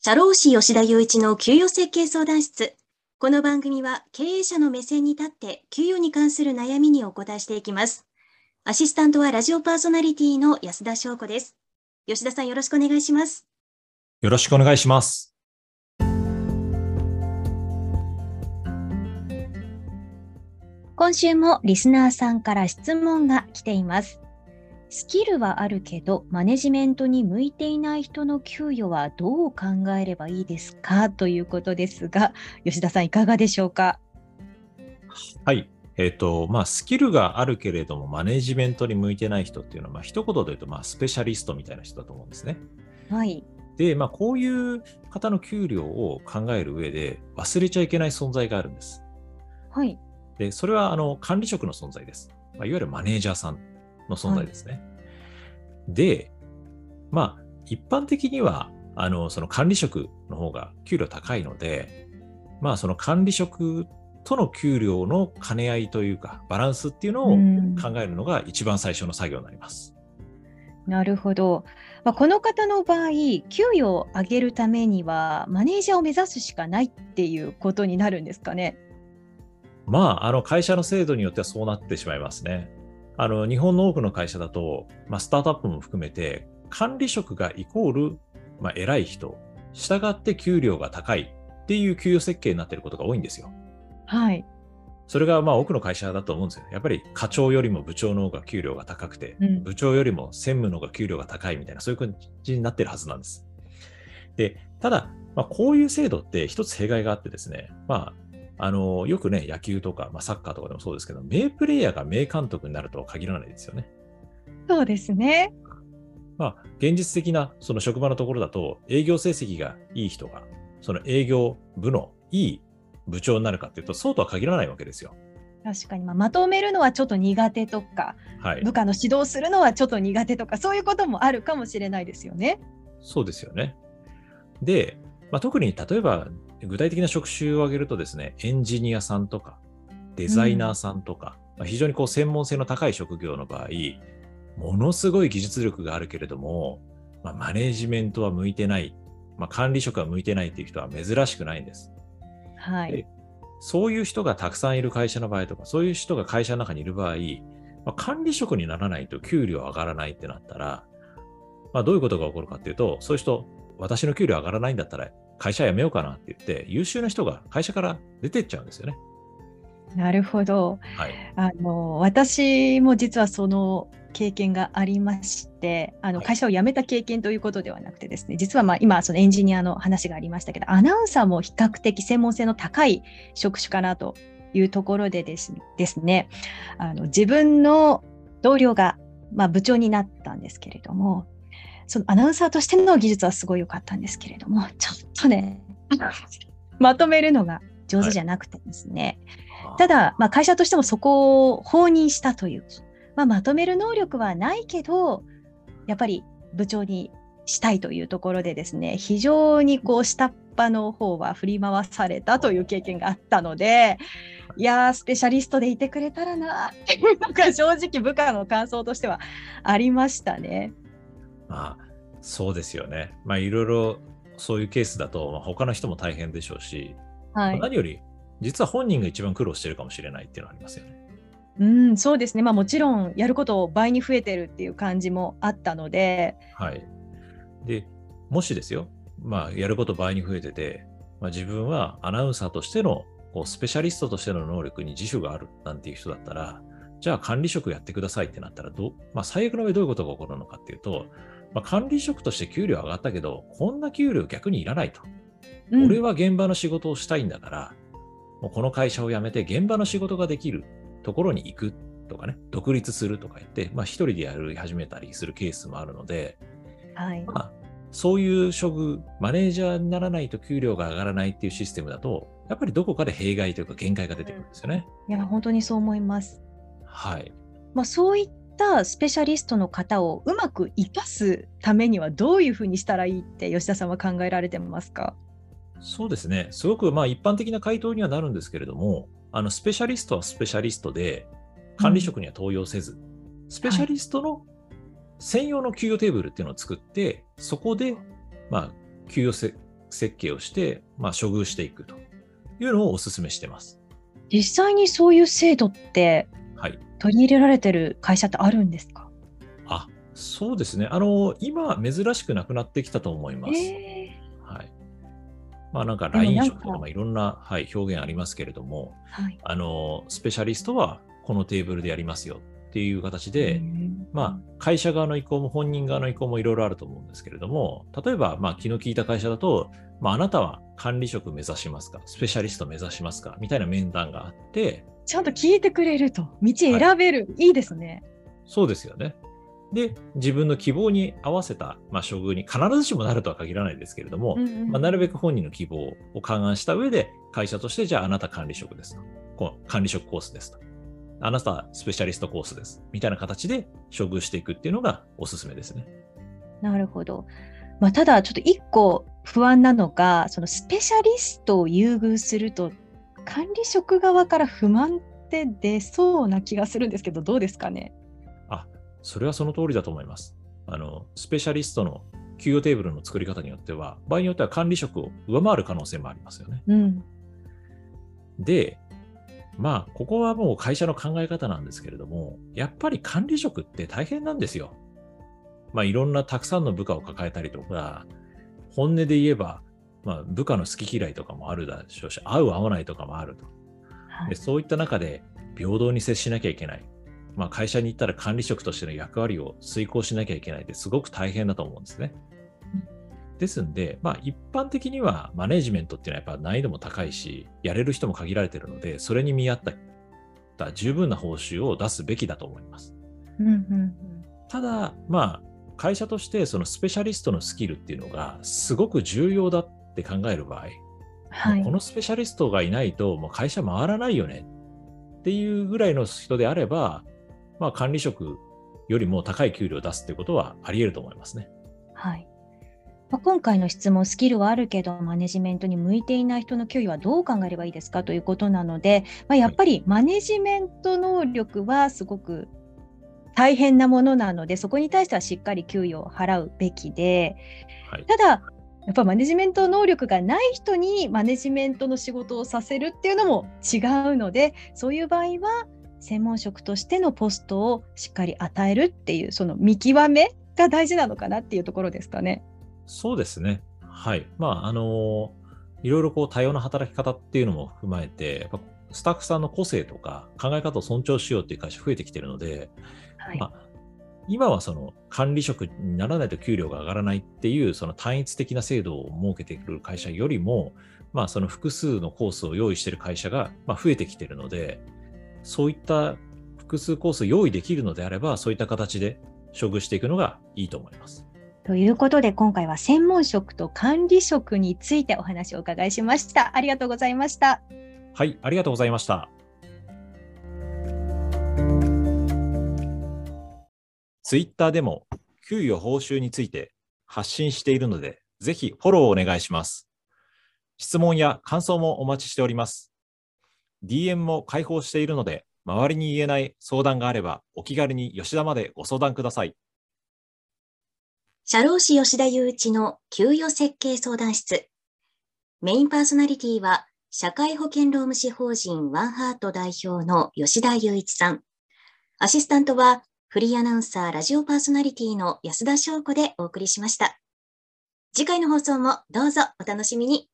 社労士吉田雄一の給与設計相談室。この番組は経営者の目線に立って給与に関する悩みにお答えしていきます。アシスタントはラジオパーソナリティの安田翔子です。吉田さん、よろしくお願いします。 よろしくお願いします。 今週もリスナーさんから質問が来ています。スキルはあるけどマネジメントに向いていない人の給与はどう考えればいいですかということですが、吉田さんいかがでしょうか？ はい。スキルがあるけれどもマネジメントに向いてない人っていうのは、一言で言うと、スペシャリストみたいな人だと思うんですね。 はい。 で、こういう方の給料を考える上で忘れちゃいけない存在があるんです。 はい。 で、それは管理職の存在です。いわゆるマネージャーさんの存在ですね。で、一般的には、その管理職の方が給料高いので、その管理職との給料の兼ね合いというか、バランスっていうのを考えるのが一番最初の作業になります。 なるほど。この方の場合、給与を上げるためには、マネージャーを目指すしかないっていうことになるんですかね。 会社の制度によってはそうなってしまいますね。日本の多くの会社だと、スタートアップも含めて、管理職がイコール、偉い人、従って給料が高いっていう給与設計になっていることが多いんですよ。 はい。 それが多くの会社だと思うんですよ。やっぱり課長よりも部長の方が給料が高くて、部長よりも専務の方が給料が高いみたいな、そういう感じになっているはずなんです。で、ただ、こういう制度って一つ弊害があってですね、よくね、野球とか、サッカーとかでもそうですけど、名プレイヤーが名監督になるとは限らないですよね。 そうですね。 現実的なその職場のところだと、営業成績がいい人が、その営業部のいい部長になるかっていうと、そうとは限らないわけですよ。 確かに、まとめるのはちょっと苦手とか、部下の指導するのはちょっと苦手とか、そういうこともあるかもしれないですよね。 そうですよね。で、特に例えば具体的な職種を挙げるとですね、エンジニアさんとかデザイナーさんとか、非常に専門性の高い職業の場合、ものすごい技術力があるけれども、マネージメントは向いてない、管理職は向いてないっていう人は珍しくないんです。 はい。 で、そういう人がたくさんいる会社の場合とか、そういう人が会社の中にいる場合、管理職にならないと給料上がらないってなったら、どういうことが起こるかっていうと、そういう人、私の給料上がらないんだったら会社辞めようかなって言って、優秀な人が会社から出てっちゃうんですよね。 なるほど。 はい、 私も実はその経験がありまして、会社を辞めた経験ということではなくてですね、実は今そのエンジニアの話がありましたけど、アナウンサーも比較的専門性の高い職種かなというところでですね、自分の同僚が、部長になったんですけれども、そのアナウンサーとしての技術はすごい良かったんですけれども、ちょっとね、まとめるのが上手じゃなくてですね、ただ、会社としてもそこを放任したという、まとめる能力はないけど、やっぱり部長にしたいというところでですね、非常に下っ端の方は振り回されたという経験があったので、いやー、スペシャリストでいてくれたらなっていうのが正直部下の感想としてはありましたね。 そうですよね。いろいろそういうケースだと、他の人も大変でしょうし、何より実は本人が一番苦労してるかもしれないっていうのはありますよね。 そうですね。もちろんやることを倍に増えてるっていう感じもあったので。 はい。で、もしですよ、やること倍に増えてて、自分はアナウンサーとしてのスペシャリストとしての能力に自主があるなんていう人だったら、じゃあ管理職やってくださいってなったら最悪の場合どういうことが起こるのかっていうと、管理職として給料上がったけど、こんな給料逆にいらないと。俺は現場の仕事をしたいんだから、もうこの会社を辞めて現場の仕事ができるところに行くとかね、独立するとか言って、一人でやり始めたりするケースもあるので、そういう処遇、マネージャーにならないと給料が上がらないっていうシステムだと、やっぱりどこかで弊害というか限界が出てくるんですよね。 いや、本当にそう思います。 はい。 そういったスペシャリストの方をうまく生かすためにはどういうふうにしたらいいって吉田さんは考えられてますか？ そうですね。すごく一般的な回答にはなるんですけれども、スペシャリストはスペシャリストで、管理職には登用せず、スペシャリストの専用の給与テーブルっていうのを作って、そこで、給与設設計をして、処遇していくというのをお勧めしてます。 実際にそういう制度って取り入れられてる会社ってあるんですか？ そうですね。今、珍しくなくなってきたと思います。はい。なんか LINE 職とかいろんな、表現ありますけれども、スペシャリストはこのテーブルでやりますよっていう形で、会社側の意向も本人側の意向もいろいろあると思うんですけれども、例えば、気の利いた会社だと、あなたは管理職目指しますか、スペシャリスト目指しますかみたいな面談があって、 ちゃんと聞いてくれると、道選べる、いいですね。 そうですよね。で、自分の希望に合わせた、処遇に必ずしもなるとは限らないですけれども、なるべく本人の希望を勘案した上で、会社として、じゃああなた管理職ですと。管理職コースですと。あなたスペシャリストコースです。みたいな形で処遇していくっていうのがおすすめですね。なるほど。ただ、ちょっと一個不安なのが、そのスペシャリストを優遇すると、管理職側から不満って出そうな気がするんですけど、どうですかね。 それはその通りだと思います。スペシャリストの給与テーブルの作り方によっては、場合によっては管理職を上回る可能性もありますよね。で、ここはもう会社の考え方なんですけれども、やっぱり管理職って大変なんですよ。いろんなたくさんの部下を抱えたりとか、本音で言えば、部下の好き嫌いとかもあるでしょうし、合う合わないとかもあると。でそういった中で平等に接しなきゃいけない。会社に行ったら管理職としての役割を遂行しなきゃいけないってすごく大変だと思うんですね。ですんで、一般的にはマネジメントっていうのはやっぱ難易度も高いし、やれる人も限られているので、それに見合った十分な報酬を出すべきだと思います。ただ、会社としてそのスペシャリストのスキルっていうのがすごく重要だって考える場合、このスペシャリストがいないともう会社回らないよねっていうぐらいの人であれば、管理職よりも高い給料を出すということはあり得ると思いますね。 今回の質問、スキルはあるけどマネジメントに向いていない人の給与はどう考えればいいですかということなので、やっぱりマネジメント能力はすごく大変なものなので、そこに対してはしっかり給与を払うべきで、ただやっぱマネジメント能力がない人にマネジメントの仕事をさせるっていうのも違うので、そういう場合は専門職としてのポストをしっかり与えるっていう、その見極めが大事なのかなっていうところですかね。 そうですね。はい。いろいろ多様な働き方っていうのも踏まえて、やっぱスタッフさんの個性とか考え方を尊重しようっていう会社増えてきているので、今はその管理職にならないと給料が上がらないっていうその単一的な制度を設けてくる会社よりも、その複数のコースを用意している会社が増えてきているので、そういった複数コースを用意できるのであれば、そういった形で処遇していくのがいいと思います。 ということで、今回は専門職と管理職についてお話をお伺いしました。ありがとうございました。 はい、ありがとうございました。ツイッターでも給与報酬について発信しているので、ぜひフォローをお願いします。質問や感想もお待ちしております。DM も開放しているので、周りに言えない相談があれば、お気軽に吉田までご相談ください。 社労士吉田祐一の給与設計相談室。メインパーソナリティは、社会保険労務士法人ワンハート代表の吉田祐一さん。アシスタントは、フリーアナウンサーラジオパーソナリティの安田翔子でお送りしました。次回の放送もどうぞお楽しみに。